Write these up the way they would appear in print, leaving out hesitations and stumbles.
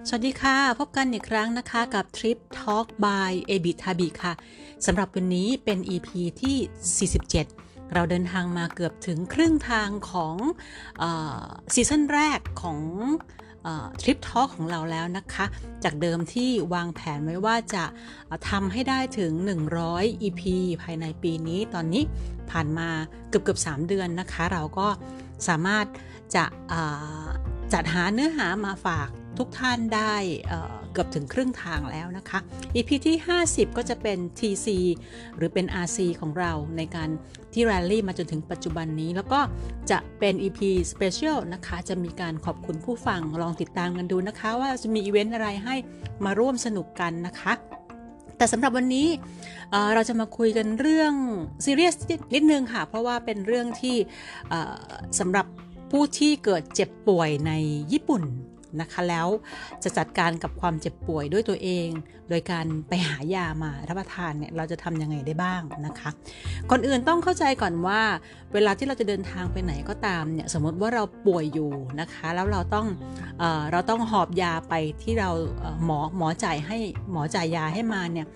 สวัสดีค่ะพบกันอีกครั้งนะคะกับ Trip Talk by เอบิทาบิค่ะสำหรับวันนี้เป็น EP ที่47เราเดินทางมาเกือบถึงครึ่งทางของซีซั่นแรกของTrip Talk ของเราแล้วนะคะจากเดิมที่วางแผนไว้ว่าจะทำให้ได้ถึง100 EP ภายในปีนี้ตอนนี้ผ่านมาเกือบ3เดือนนะคะเราก็สามารถจะจัดหาเนื้อหามาฝากทุกท่านได้เกือบถึงครึ่งทางแล้วนะคะ EP ที่50ก็จะเป็น TC หรือเป็น RC ของเราในการที่ Rally มาจนถึงปัจจุบันนี้แล้วก็จะเป็น EP Special นะคะจะมีการขอบคุณผู้ฟังลองติดตามกันดูนะคะว่าจะมีอีเวนต์อะไรให้มาร่วมสนุกกันนะคะแต่สำหรับวันนี้เราจะมาคุยกันเรื่องซีเรียสนิดนึงค่ะเพราะว่าเป็นเรื่องที่สำหรับผู้ที่เกิดเจ็บป่วยในญี่ปุ่นนะคะแล้วจะจัดการกับความเจ็บป่วยด้วยตัวเองโดยการไปหายามารับประทานเนี่ยเราจะทำยังไงได้บ้างนะคะก่อนอื่นต้องเข้าใจก่อนว่าเวลาที่เราจะเดินทางไปไหนก็ตามเนี่ยสมมติว่าเราป่วยอยู่นะคะแล้วเราต้องหอบยาไปที่เราหมอจ่ายยาให้มาเนี่ย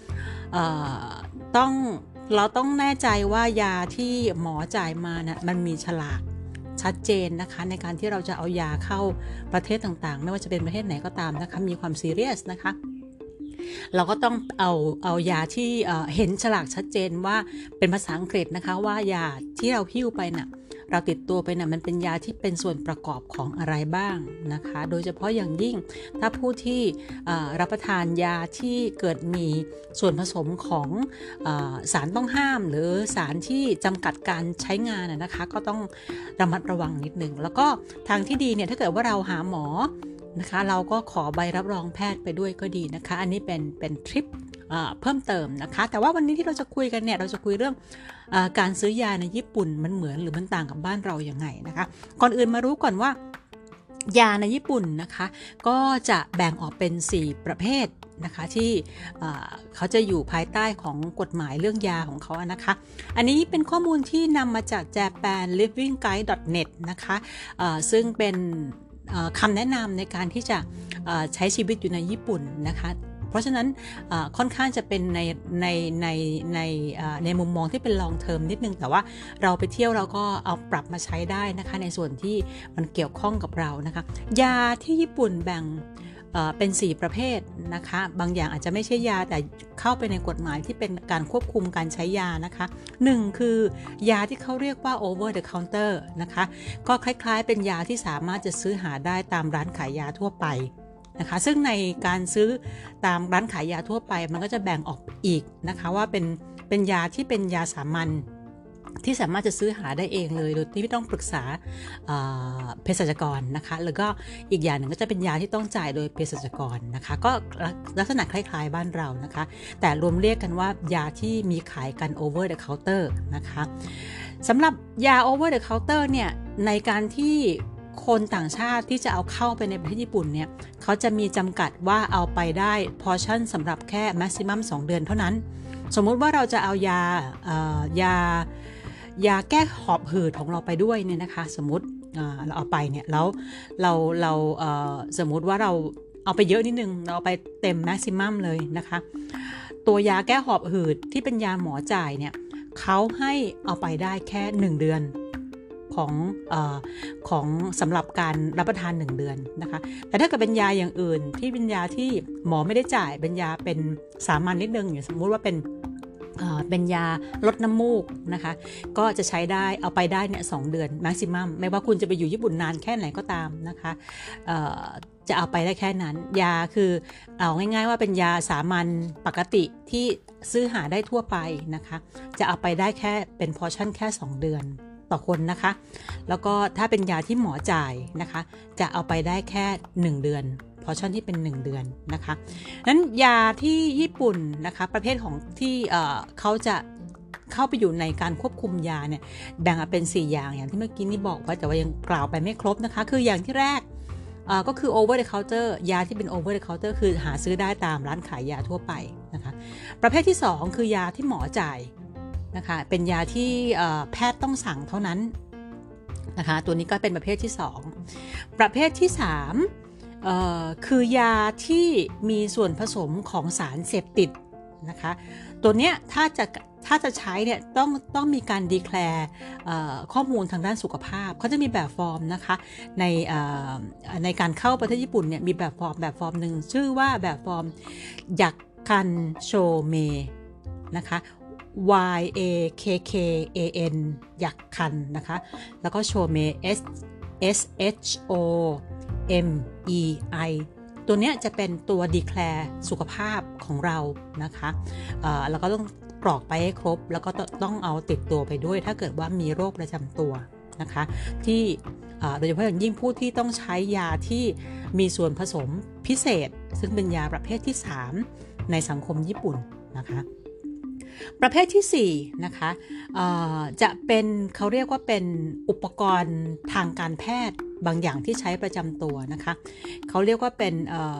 เราต้องแน่ใจว่ายาที่หมอจ่ายมาเนี่ยมันมีฉลากชัดเจนนะคะในการที่เราจะเอายาเข้าประเทศต่างๆไม่ว่าจะเป็นประเทศไหนก็ตามนะคะมีความซีเรียสนะคะเราก็ต้องเอายาที่เห็นฉลากชัดเจนว่าเป็นภาษาอังกฤษนะคะว่ายาที่เราหิ้วไปน่ะเราติดตัวไปน่ะมันเป็นยาที่เป็นส่วนประกอบของอะไรบ้างนะคะโดยเฉพาะอย่างยิ่งถ้าผู้ที่รับประทานยาที่เกิดมีส่วนผสมของสารต้องห้ามหรือสารที่จำกัดการใช้งานนะคะก็ต้องระมัดระวังนิดนึงแล้วก็ทางที่ดีเนี่ยถ้าเกิดว่าเราหาหมอนะคะเราก็ขอใบรับรองแพทย์ไปด้วยก็ดีนะคะอันนี้เป็นทริปเพิ่มเติมนะคะแต่ว่าวันนี้ที่เราจะคุยกันเนี่ยเราจะคุยเรื่องการซื้อยาในญี่ปุ่นมันเหมือนหรือมันต่างกับบ้านเราอย่างไงนะคะก่อนอื่นมารู้ก่อนว่ายาในญี่ปุ่นนะคะก็จะแบ่งออกเป็น4ประเภทนะคะที่เขาจะอยู่ภายใต้ของกฎหมายเรื่องยาของเขานะคะอันนี้เป็นข้อมูลที่นำมาจาก japanlivingguide.net นะคะซึ่งเป็นคำแนะนำในการที่จะใช้ชีวิตอยู่ในญี่ปุ่นนะคะเพราะฉะนั้นค่อนข้างจะเป็นในมุมมองที่เป็น long term นิดนึงแต่ว่าเราไปเที่ยวเราก็เอาปรับมาใช้ได้นะคะในส่วนที่มันเกี่ยวข้องกับเรานะคะยาที่ญี่ปุ่นแบ่งเป็น4ประเภทนะคะบางอย่างอาจจะไม่ใช่ยาแต่เข้าไปในกฎหมายที่เป็นการควบคุมการใช้ยานะคะ1คือยาที่เขาเรียกว่า over the counter นะคะก็คล้ายๆเป็นยาที่สามารถจะซื้อหาได้ตามร้านขายยาทั่วไปนะคะซึ่งในการซื้อตามร้านขายยาทั่วไปมันก็จะแบ่งออกอีกนะคะว่าเป็นยาที่เป็นยาสามัญที่สามารถจะซื้อหาได้เองเลยโดยที่ไม่ต้องปรึกษาเภสัชกรนะคะแล้วก็อีกอย่างหนึ่งก็จะเป็นยาที่ต้องจ่ายโดยเภสัชกรนะคะก็ลักษณะคล้ายๆบ้านเรานะคะแต่รวมเรียกกันว่ายาที่มีขายกัน over the counter นะคะสำหรับยา over the counter เนี่ยในการที่คนต่างชาติที่จะเอาเข้าไปในประเทศญี่ปุ่นเนี่ยเขาจะมีจำกัดว่าเอาไปได้พอชั่นสำหรับแค่ maximum 2 เดือนเท่านั้นสมมุติว่าเราจะเอายาแก้หอบหืดของเราไปด้วยเนี่ยนะคะสมมติเราเอาไปเนี่ยแล้วเราสมมุติว่าเราเอาไปเยอะนิดนึงเราเอาไปเต็ม maximum เลยนะคะตัวยาแก้หอบหืดที่เป็นยาหมอจ่ายเนี่ยเขาให้เอาไปได้แค่1 เดือนของสำหรับการรับประทาน1 เดือนนะคะแต่ถ้าเกิดเป็นยาอย่างอื่นที่เป็นยาที่หมอไม่ได้จ่ายเป็นยาเป็นสามัญนิดนึงอย่างสมมุติว่าเป็นยาลดน้ำมูกนะคะก็จะใช้ได้เอาไปได้เนี่ย2 เดือน maximum ไม่ว่าคุณจะไปอยู่ญี่ปุ่นนานแค่ไหนก็ตามนะคะจะเอาไปได้แค่นั้นยาคือเอาง่ายๆว่าเป็นยาสามัญปกติที่ซื้อหาได้ทั่วไปนะคะจะเอาไปได้แค่เป็นพอชั่นแค่2 เดือนต่อคนนะคะแล้วก็ถ้าเป็นยาที่หมอจ่ายนะคะจะเอาไปได้แค่1 เดือนพอชั่นที่เป็น1 เดือนนะคะนั้นยาที่ญี่ปุ่นนะคะประเภทของที่เขาจะเข้าไปอยู่ในการควบคุมยาเนี่ยแบ่งออกเป็น4 อย่างอย่างที่เมื่อกี้นี่บอกไว้แต่ว่ายังกล่าวไปไม่ครบนะคะคืออย่างที่แรกก็คือ over the counter ยาที่เป็น over the counter คือหาซื้อได้ตามร้านขายยาทั่วไปนะคะประเภทที่2คือยาที่หมอจ่ายนะคะเป็นยาที่แพทย์ต้องสั่งเท่านั้นนะคะตัวนี้ก็เป็นประเภทที่2ประเภทที่3 คือยาที่มีส่วนผสมของสารเสพติดนะคะตัวเนี้ยถ้าจะใช้เนี่ยต้องมีการดีแคลร์ข้อมูลทางด้านสุขภาพเขาจะมีแบบฟอร์มนะคะในการเข้าประเทศญี่ปุ่นเนี่ยมีแบบฟอร์มหนึ่งชื่อว่าแบบฟอร์มยักคันโชเมนะคะ YAKKAN ยักคันนะคะแล้วก็โชเม SHOMEI ตัวเนี้ยจะเป็นตัวดีแคลร์สุขภาพของเรานะคะแล้วก็ต้องกรอกไปให้ครบแล้วก็ต้องเอาติดตัวไปด้วยถ้าเกิดว่ามีโรคประจำตัวนะคะที่โดยเฉพาะอย่างยิ่งผู้ที่ต้องใช้ยาที่มีส่วนผสมพิเศษซึ่งเป็นยาประเภทที่3ในสังคมญี่ปุ่นนะคะประเภทที่4นะคะจะเป็นเขาเรียกว่าเป็นอุปกรณ์ทางการแพทย์บางอย่างที่ใช้ประจำตัวนะคะเขาเรียกว่าเป็น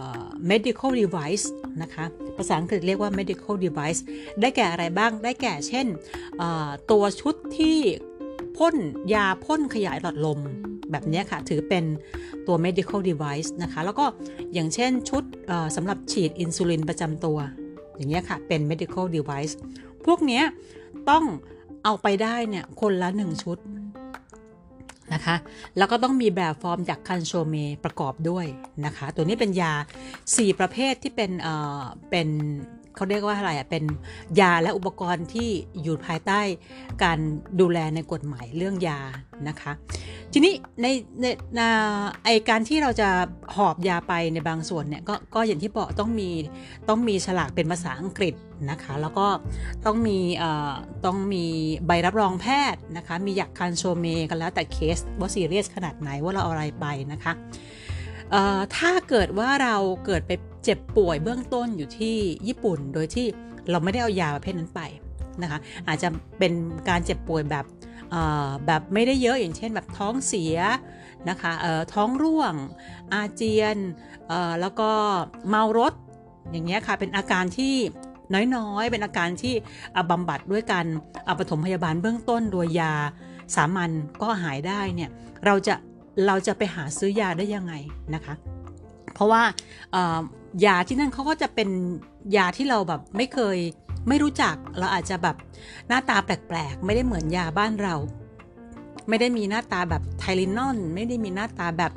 medical device นะคะภาษาอังกฤษเรียกว่า medical device ได้แก่อะไรบ้างได้แก่เช่นตัวชุดที่พ่นยาพ่นขยายหลอดลมแบบนี้ค่ะถือเป็นตัว medical device นะคะแล้วก็อย่างเช่นชุดสำหรับฉีดอินซูลินประจำตัวอย่างเงี้ยค่ะเป็น medical device พวกเนี้ยต้องเอาไปได้เนี่ยคนละ1ชุดนะคะแล้วก็ต้องมีแบบฟอร์มจากคันโชเมประกอบด้วยนะคะตัวนี้เป็นยา4ประเภทที่เป็นเขาเรียกว่าอะไรเป็นยาและอุปกรณ์ที่อยู่ภายใต้การดูแลในกฎหมายเรื่องยานะคะทีนี้ในการที่เราจะหอบยาไปในบางส่วนเนี่ยก็อย่างที่บอกต้องมีฉลากเป็นภาษาอังกฤษนะคะแล้วก็ต้องมีใบรับรองแพทย์นะคะมียักคันโชเมกันแล้วแต่เคสว่าซีเรียสขนาดไหนว่าเราเอาอะไรไปนะคะถ้าเกิดว่าเราเกิดไปเจ็บป่วยเบื้องต้นอยู่ที่ญี่ปุ่นโดยที่เราไม่ได้เอายาประเภทนั้นไปนะคะอาจจะเป็นการเจ็บป่วยแบบไม่ได้เยอะอย่างเช่นแบบท้องเสียนะคะท้องร่วงอาเจียนแล้วก็เมารถอย่างเงี้ยค่ะเป็นอาการที่น้อยๆเป็นอาการที่บำบัดด้วยการปฐมพยาบาลเบื้องต้นโดยยาสามัญก็หายได้เนี่ยเราจะไปหาซื้อยาได้ยังไงนะคะเพราะว่ายาที่นั่นเขาก็จะเป็นยาที่เราแบบไม่รู้จักเราอาจจะแบบหน้าตาแปลกๆไม่ได้เหมือนยาบ้านเราไม่ได้มีหน้าตาแบบไทลินอลไม่ได้มีหน้าตาแบบ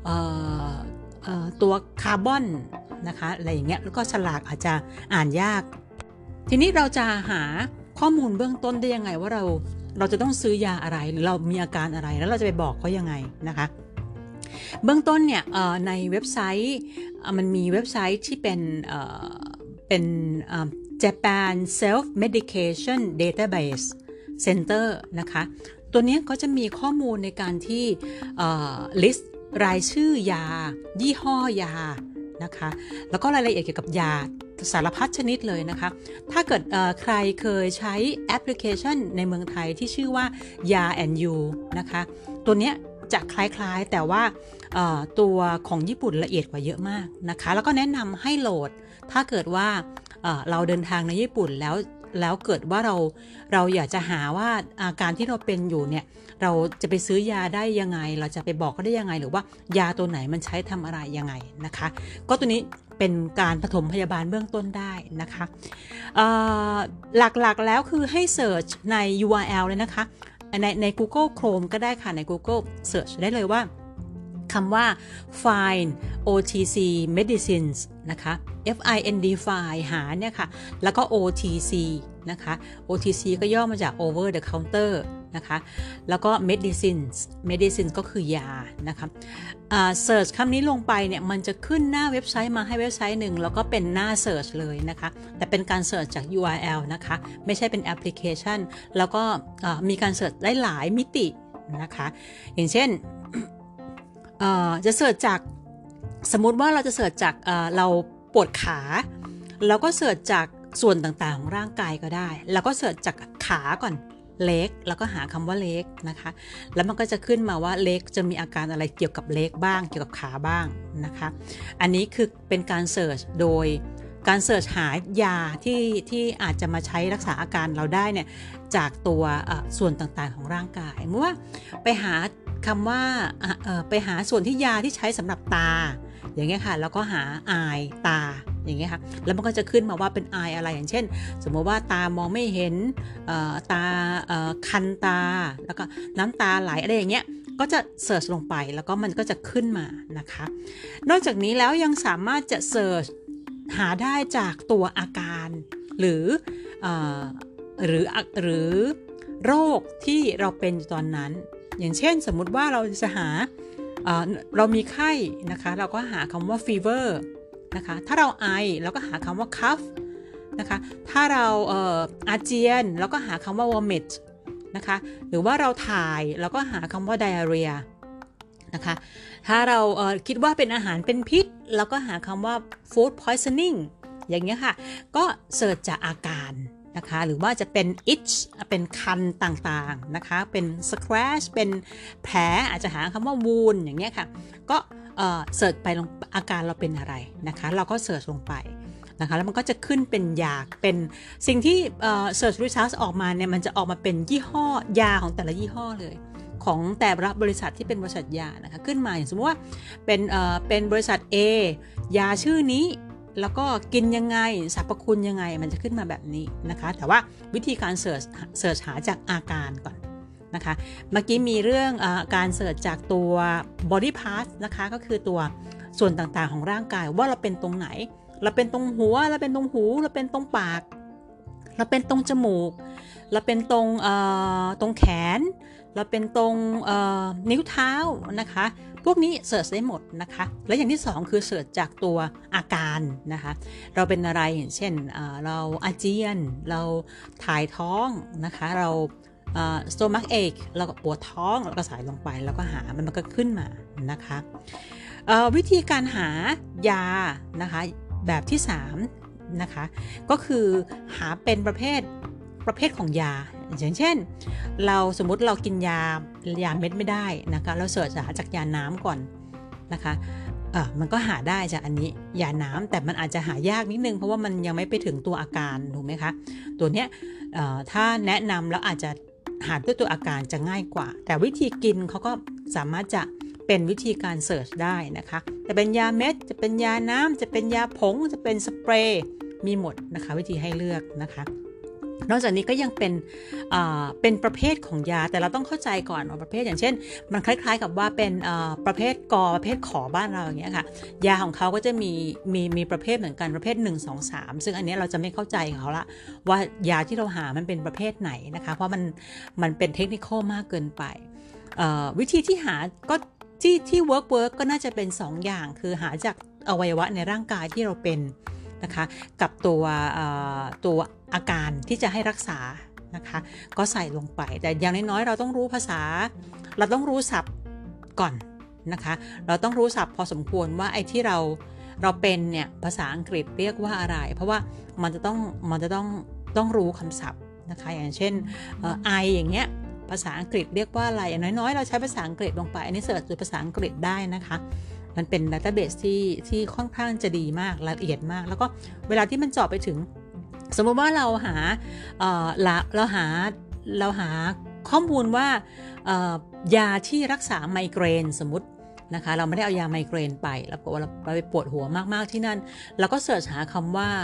ตัวคาร์บอนนะคะอะไรอย่างเงี้ยแล้วก็ฉลากอาจจะอ่านยากทีนี้เราจะหาข้อมูลเบื้องต้นได้ยังไงว่าเราจะต้องซื้อยาอะไรหรือเรามีอาการอะไรแล้วเราจะไปบอกเขายังไงนะคะเบื้องต้นเนี่ยในเว็บไซต์มันมีเว็บไซต์ที่เป็นJapan Self Medication Database Center นะคะตัวนี้ก็จะมีข้อมูลในการที่list รายชื่อยายี่ห้อยานะคะแล้วก็รายละเอียดเกี่ยวกับยาสารพัดชนิดเลยนะคะถ้าเกิดใครเคยใช้แอปพลิเคชันในเมืองไทยที่ชื่อว่ายา &You นะคะตัวเนี้ยจะคล้ายๆแต่ว่าตัวของญี่ปุ่นละเอียดกว่าเยอะมากนะคะแล้วก็แนะนำให้โหลดถ้าเกิดว่าเราเดินทางในญี่ปุ่นแล้วเกิดว่าเราอยากจะหาว่าอาการที่เราเป็นอยู่เนี่ยเราจะไปซื้อยาได้ยังไงเราจะไปบอกเขาได้ยังไงหรือว่ายาตัวไหนมันใช้ทำอะไรยังไงนะคะก็ตัวนี้เป็นการปฐมพยาบาลเบื้องต้นได้นะคะหลักๆแล้วคือให้เสิร์ชใน URL เลยนะคะใน Google Chrome ก็ได้ค่ะใน Google Search ได้เลยว่าคำว่า find OTC medicines นะคะ FIND find หาเนี่ยค่ะแล้วก็ OTC นะคะ OTC ก็ย่อมาจาก over the counter นะคะแล้วก็ medicines ก็คือยานะคะsearch คำนี้ลงไปเนี่ยมันจะขึ้นหน้าเว็บไซต์มาให้เว็บไซต์หนึ่งแล้วก็เป็นหน้า search เลยนะคะแต่เป็นการ search จาก URL นะคะไม่ใช่เป็นแอปพลิเคชันแล้วก็มีการ search ได้หลายมิตินะคะอย่างเช่นจะเสิร์ชจากสมมุติว่าเราจะเสิร์ชจากเราปวดขาแล้วก็เสิร์ชจากส่วนต่างๆของร่างกายก็ได้แล้วก็เสิร์ชจากขาก่อนเล็กแล้วก็หาคำว่าเล็กนะคะแล้วมันก็จะขึ้นมาว่าเล็กจะมีอาการอะไรเกี่ยวกับเล็กบ้างเกี่ยวกับขาบ้างนะคะอันนี้คือเป็นการเสิร์ชโดยการเสิร์ชหายาที่อาจจะมาใช้รักษาอาการเราได้เนี่ยจากตัวส่วนต่างๆของร่างกายเมื่อไปหาคำว่าไปหาส่วนที่ยาที่ใช้สำหรับตาอย่างเงี้ยค่ะแล้วก็หา eye ตาอย่างเงี้ยค่ะแล้วมันก็จะขึ้นมาว่าเป็น eye อะไรอย่างเช่นสมมติว่าตามองไม่เห็นตาคันตาแล้วก็น้ำตาไหลอะไรอย่างเงี้ยก็จะเสิร์ชลงไปแล้วก็มันก็จะขึ้นมานะคะนอกจากนี้แล้วยังสามารถจะเสิร์ชหาได้จากตัวอาการหรือโรคที่เราเป็นอยู่ตอนนั้นอย่างเช่นสมมุติว่าเราจะหาเรามีไข้นะคะเราก็หาคำว่า fever นะคะถ้าเราไอเราก็หาคำว่า cough นะคะถ้าเราอาเจียนเราก็หาคำว่า vomit นะคะหรือว่าเราถ่ายเราก็หาคำว่า diarrhea นะคะถ้าเราคิดว่าเป็นอาหารเป็นพิษเราก็หาคำว่า food poisoning อย่างเงี้ยค่ะก็เสิร์ชจากอาการนะคะหรือว่าจะเป็น itch เป็นคันต่างๆนะคะเป็น scratch เป็นแผลอาจจะหาคำว่า wound อย่างเงี้ยค่ะก็เสิร์ชไปลงอาการเราเป็นอะไรนะคะเราก็เสิร์ชลงไปนะคะแล้วมันก็จะขึ้นเป็นยาเป็นสิ่งที่search results ออกมาเนี่ยมันจะออกมาเป็นยี่ห้อยาของแต่ละยี่ห้อเลยของแต่ละบริษัทที่เป็นบริษัทยานะคะขึ้นมาอย่างสมมติว่าเป็นบริษัท A ยาชื่อนี้แล้วก็กินยังไงสรรพคุณยังไงมันจะขึ้นมาแบบนี้นะคะแต่ว่าวิธีการเสิร์ชหาจากอาการก่อนนะคะเมื่อกี้มีเรื่องการเสิร์ชจากตัว body part นะคะก็คือตัวส่วนต่างๆของร่างกายว่าเราเป็นตรงไหนเราเป็นตรงหัวเราเป็นตรงหูเราเป็นตรงปากเราเป็นตรงจมูกเราเป็นตรงแขนเราเป็นตรงนิ้วเท้านะคะพวกนี้เสิร์ชได้หมดนะคะและอย่างที่2คือเสิร์ชจากตัวอาการนะคะเราเป็นอะไรอย่างเช่นเราอาเจียนเราถ่ายท้องนะคะเราstomach ache เราก็ปวดท้องเราก็ใส่ลงไปแล้วก็หามันก็ขึ้นมานะคะวิธีการหายานะคะแบบที่3นะคะก็คือหาเป็นประเภทของยาอย่างเช่นเราสมมุติเรากินยาเม็ดไม่ได้นะคะเราเสิร์ชหาจากยาน้ำก่อนนะคะมันก็หาได้จากอันนี้ยาน้ำแต่มันอาจจะหายากนิดนึงเพราะว่ามันยังไม่ไปถึงตัวอาการถูกไหมคะตัวเนี้ยถ้าแนะนำแล้วอาจจะหาด้วยตัวอาการจะง่ายกว่าแต่วิธีกินเขาก็สามารถจะเป็นวิธีการเสิร์ชได้นะคะจะเป็นยาเม็ดจะเป็นยาน้ำจะเป็นยาผงจะเป็นสเปรย์มีหมดนะคะวิธีให้เลือกนะคะนอกจากนี้ก็ยังเป็นประเภทของยาแต่เราต้องเข้าใจก่อนว่าประเภทอย่างเช่นมันคล้ายๆกับว่าเป็นประเภทกอประเภทขอบ้านเราอย่างเงี้ยค่ะยาของเขาก็จะมีประเภทเหมือนกันประเภท1 2 3ซึ่งอันนี้เราจะไม่เข้าใจเขาละว่ายาที่เราหามันเป็นประเภทไหนนะคะเพราะมันเป็นเทคนิคมากเกินไปวิธีที่หาก็ที่เวิร์กก็น่าจะเป็น2อย่างคือหาจากอวัยวะในร่างกายที่เราเป็นนะคะกับตัวอาการที่จะให้รักษานะคะก็ใส่ลงไปแต่อย่างน้อยๆเราต้องรู้ภาษาเราต้องรู้ศัพท์ก่อนนะคะเราต้องรู้ศัพท์พอสมควรว่าไอ้ที่เราเป็นเนี่ยภาษาอังกฤษเรียกว่าอะไรเพราะว่ามันจะต้องรู้คำศัพท์นะคะอย่างเช่นไออย่างเงี้ยภาษาอังกฤษเรียกว่าอะไรอย่างน้อยๆเราใช้ภาษาอังกฤษลงไปอันนี้เสิร์ชด้วยภาษาอังกฤษได้นะคะมันเป็นดัตเตอร์เบสที่ค่อนข้างจะดีมากละเอียดมากแล้วก็เวลาที่มันเจาะไปถึงสมมติว่าเราหาข้อมูลว่ายาที่รักษาไมเกรนสมมตินะคะเราไม่ได้เอายาไมเกรนไปแล้วก็เราไปปวดหัวมากๆที่นั่นเราก็เสิร์ชหาคำว่า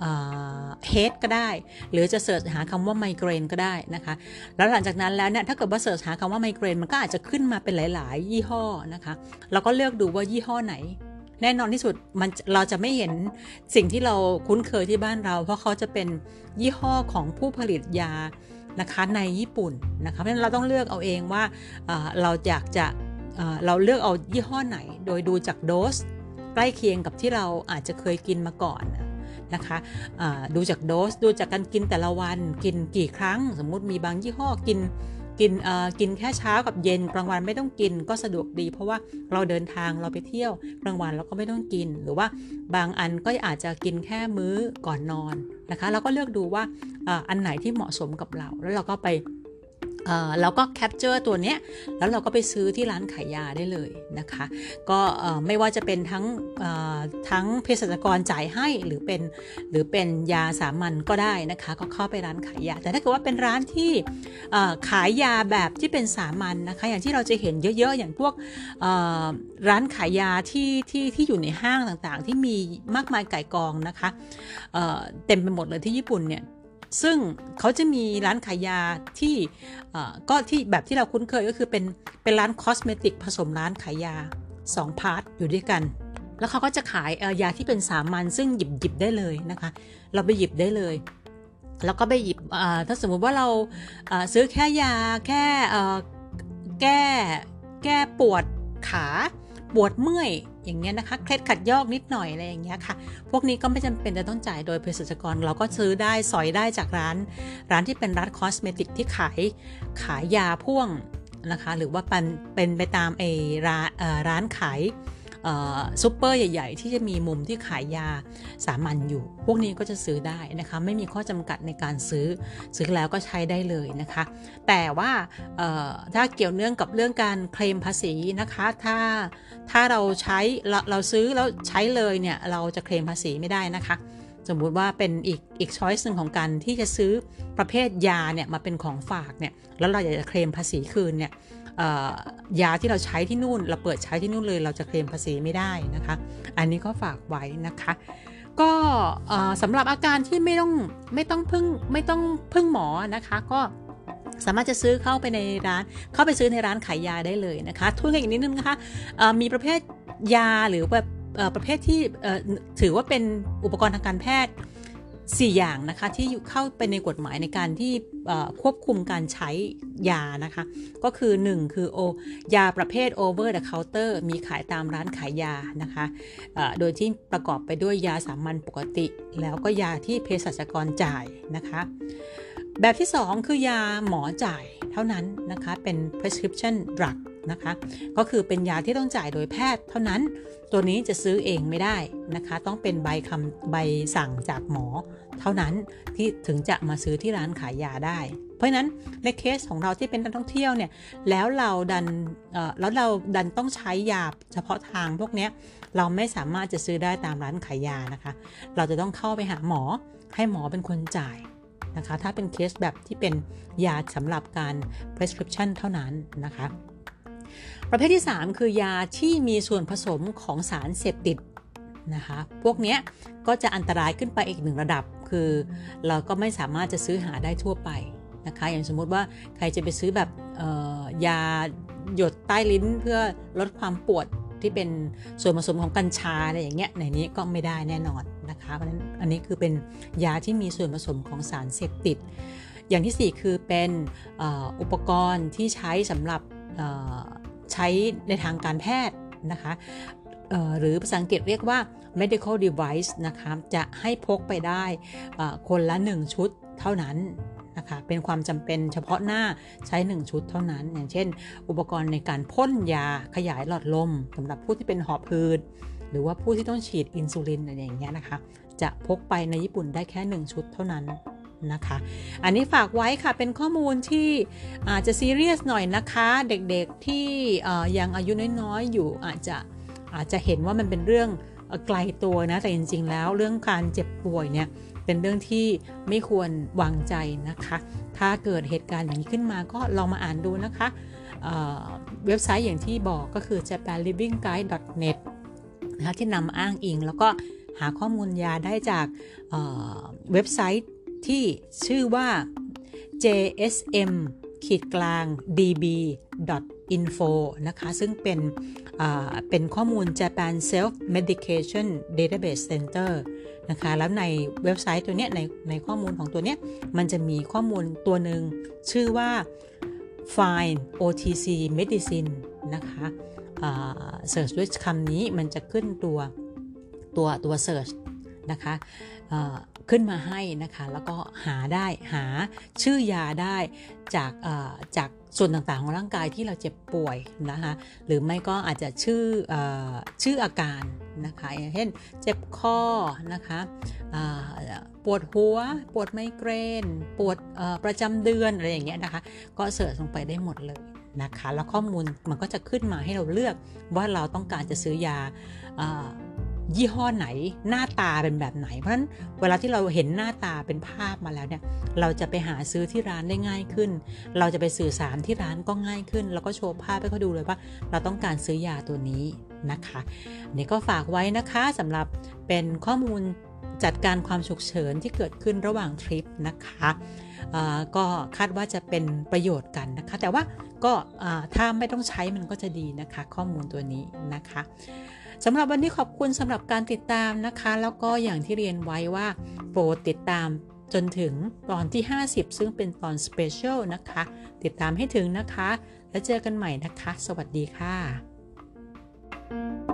head ก็ได้หรือจะเสิร์ชหาคำว่าไมเกรนก็ได้นะคะแล้วหลังจากนั้นแล้วเนี่ยถ้าเกิดว่าเสิร์ชหาคำว่าไมเกรนมันก็อาจจะขึ้นมาเป็นหลายๆยี่ห้อนะคะเราก็เลือกดูว่ายี่ห้อไหนแน่นอนที่สุดเราจะไม่เห็นสิ่งที่เราคุ้นเคยที่บ้านเราเพราะเขาจะเป็นยี่ห้อของผู้ผลิตยานะคะในญี่ปุ่นนะคะเพราะฉะนั้นเราต้องเลือกเอาเองว่าเราอยากจะเราเลือกเอายี่ห้อไหนโดยดูจากโดสใกล้เคียงกับที่เราอาจจะเคยกินมาก่อนนะคะดูจากโดสดูจากการกินแต่ละวันกินกี่ครั้งสมมุติมีบางยี่ห้อกินแค่เช้ากับเย็นกลางวันไม่ต้องกินก็สะดวกดีเพราะว่าเราเดินทางเราไปเที่ยวกลางวันเราก็ไม่ต้องกินหรือว่าบางอันก็อาจจะกินแค่มื้อก่อนนอนนะคะเราก็เลือกดูว่าอันไหนที่เหมาะสมกับเราแล้วเราก็ไปเราก็แคปเจอร์ตัวเนี้ยแล้วเราก็ไปซื้อที่ร้านขายยาได้เลยนะคะก็ไม่ว่าจะเป็นทั้งเภสัชกรจ่ายให้หรือเป็นยาสามัญก็ได้นะคะก็เข้าไปร้านขายยาแต่ถ้าเกิดว่าเป็นร้านที่ขายยาแบบที่เป็นสามัญนะคะอย่างที่เราจะเห็นเยอะๆอย่างพวกร้านขายยาที่อยู่ในห้างต่างๆที่มีมากมายก่ายกองนะคะเต็มไปหมดเลยที่ญี่ปุ่นเนี่ยซึ่งเขาจะมีร้านขายยาที่ก็ที่แบบที่เราคุ้นเคยก็คือเป็นร้านคอสเมติกผสมร้านขายยา2พาร์ทอยู่ด้วยกันแล้วเขาก็จะขายยาที่เป็นสามัญซึ่งหยิบได้เลยนะคะเราไปหยิบได้เลยแล้วก็ไปหยิบถ้าสมมุติว่าเราซื้อแค่ยาแค่แก้ปวดขาปวดเมื่อยอย่างเงี้ยนะคะเคล็ดขัดยอกนิดหน่อยอะไรอย่างเงี้ยค่ะพวกนี้ก็ไม่จำเป็นจะต้องจ่ายโดยเภสัชกรเราก็ซื้อได้สอยได้จากร้านที่เป็นร้านคอสเมติกที่ขายยาพ่วงนะคะหรือว่าเป็นไปตามร้านขายซุปเปอร์ใหญ่ๆที่จะมีมุมที่ขายยาสามัญอยู่พวกนี้ก็จะซื้อได้นะคะไม่มีข้อจำกัดในการซื้อแล้วก็ใช้ได้เลยนะคะแต่ว่าถ้าเกี่ยวเนื่องกับเรื่องการเคลมภาษีนะคะถ้าเราซื้อแล้วใช้เลยเนี่ยเราจะเคลมภาษีไม่ได้นะคะสมมุติว่าเป็นอีกช้อยส์หนึ่งของการที่จะซื้อประเภทยาเนี่ยมาเป็นของฝากเนี่ยแล้วเราอยากจะเคลมภาษีคืนเนี่ยยาที่เราใช้ที่นู่นเราเปิดใช้ที่นู่นเลยเราจะเคลมภาษีไม่ได้นะคะอันนี้ก็ฝากไว้นะคะก็สำหรับอาการที่ไม่ต้องพึ่งหมอนะคะก็สามารถจะซื้อเข้าไปซื้อในร้านขายยาได้เลยนะคะทุนกันอีกนิดนึงนะคะมีประเภทยาหรือแบบประเภทที่ถือว่าเป็นอุปกรณ์ทางการแพทย์4อย่างนะคะที่เข้าไปในกฎหมายในการที่ควบคุมการใช้ยานะคะก็คือ1คือยาประเภท over the counter มีขายตามร้านขายยานะคะโดยที่ประกอบไปด้วยยาสามัญปกติแล้วก็ยาที่เภสัชกรจ่ายนะคะแบบที่2คือยาหมอจ่ายเท่านั้นนะคะเป็น prescription drug นะคะก็คือเป็นยาที่ต้องจ่ายโดยแพทย์เท่านั้นตัวนี้จะซื้อเองไม่ได้นะคะต้องเป็นใบสั่งจากหมอเท่านั้นที่ถึงจะมาซื้อที่ร้านขายยาได้เพราะฉะนั้นในเคสของเราที่เป็นนักท่องเที่ยวเนี่ยแล้วเราดันต้องใช้ยาเฉพาะทางพวกนี้เราไม่สามารถจะซื้อได้ตามร้านขายยานะคะเราจะต้องเข้าไปหาหมอให้หมอเป็นคนจ่ายนะคะถ้าเป็นเคสแบบที่เป็นยาสำหรับการ prescription เท่านั้นนะคะประเภทที่3คือยาที่มีส่วนผสมของสารเสพติดนะคะพวกนี้ก็จะอันตรายขึ้นไปอีก1ระดับคือเราก็ไม่สามารถจะซื้อหาได้ทั่วไปนะคะอย่างสมมุติว่าใครจะไปซื้อแบบยาหยดใต้ลิ้นเพื่อลดความปวดที่เป็นส่วนผสมของกัญชาอะไรอย่างเงี้ยในนี้ก็ไม่ได้แน่นอนนะคะเพราะฉะนั้นอันนี้คือเป็นยาที่มีส่วนผสมของสารเสพติดอย่างที่4คือเป็นอุปกรณ์ที่ใช้สำหรับใช้ในทางการแพทย์นะคะหรือภาษาอังกฤษเรียกว่า medical device นะคะจะให้พกไปได้คนละ1ชุดเท่านั้นนะคะเป็นความจำเป็นเฉพาะหน้าใช้1ชุดเท่านั้นอย่างเช่นอุปกรณ์ในการพ่นยาขยายหลอดลมสำหรับผู้ที่เป็นหอบหืดหรือว่าผู้ที่ต้องฉีดอินซูลินอะไรอย่างเงี้ยนะคะจะพกไปในญี่ปุ่นได้แค่1ชุดเท่านั้นนะคะอันนี้ฝากไว้ค่ะเป็นข้อมูลที่อาจจะซีเรียสหน่อยนะคะเด็กๆที่ยังอายุน้อยๆอยู่อาจจะเห็นว่ามันเป็นเรื่องไกลตัวนะแต่จริงๆแล้วเรื่องการเจ็บป่วยเนี่ยเป็นเรื่องที่ไม่ควรวางใจนะคะถ้าเกิดเหตุการณ์อย่างนี้ขึ้นมาก็ลองมาอ่านดูนะคะเว็บไซต์อย่างที่บอกก็คือ japanlivingguide.net นะคะที่นำอ้างอิงแล้วก็หาข้อมูลยาได้จากเว็บไซต์ที่ชื่อว่า jsm-db.info นะคะซึ่งเป็นข้อมูล Japan Self Medication Database Center นะคะแล้วในเว็บไซต์ตัวเนี้ยในข้อมูลของตัวเนี้ยมันจะมีข้อมูลตัวหนึ่งชื่อว่า Find OTC Medicine นะคะเสิร์ชด้วยคำนี้มันจะขึ้นตัวเสิร์ชนะคะขึ้นมาให้นะคะแล้วก็หาชื่อยาได้จากส่วนต่างๆของร่างกายที่เราเจ็บป่วยนะคะหรือไม่ก็อาจจะชื่ออาการนะคะอย่างเช่นเจ็บคอนะคะปวดหัวปวดไมเกรนปวดประจำเดือนอะไรอย่างเงี้ยนะคะก็เสิร์ชลงไปได้หมดเลยนะคะแล้วข้อมูลมันก็จะขึ้นมาให้เราเลือกว่าเราต้องการจะซื้อยายี่ห้อไหนหน้าตาเป็นแบบไหนเพราะฉะนั้นเวลาที่เราเห็นหน้าตาเป็นภาพมาแล้วเนี่ยเราจะไปหาซื้อที่ร้านได้ง่ายขึ้นเราจะไปสื่อสารที่ร้านก็ง่ายขึ้นแล้วก็โชว์ภาพให้เขาดูเลยว่าเราต้องการซื้อยาตัวนี้นะคะนี่ก็ฝากไว้นะคะสำหรับเป็นข้อมูลจัดการความฉุกเฉินที่เกิดขึ้นระหว่างทริปนะคะก็คาดว่าจะเป็นประโยชน์กันนะคะแต่ว่าก็ถ้าไม่ต้องใช้มันก็จะดีนะคะข้อมูลตัวนี้นะคะสำหรับวันนี้ขอบคุณสำหรับการติดตามนะคะแล้วก็อย่างที่เรียนไว้ว่าโปรดติดตามจนถึงตอนที่50ซึ่งเป็นตอนสเปเชียลนะคะติดตามให้ถึงนะคะแล้วเจอกันใหม่นะคะสวัสดีค่ะ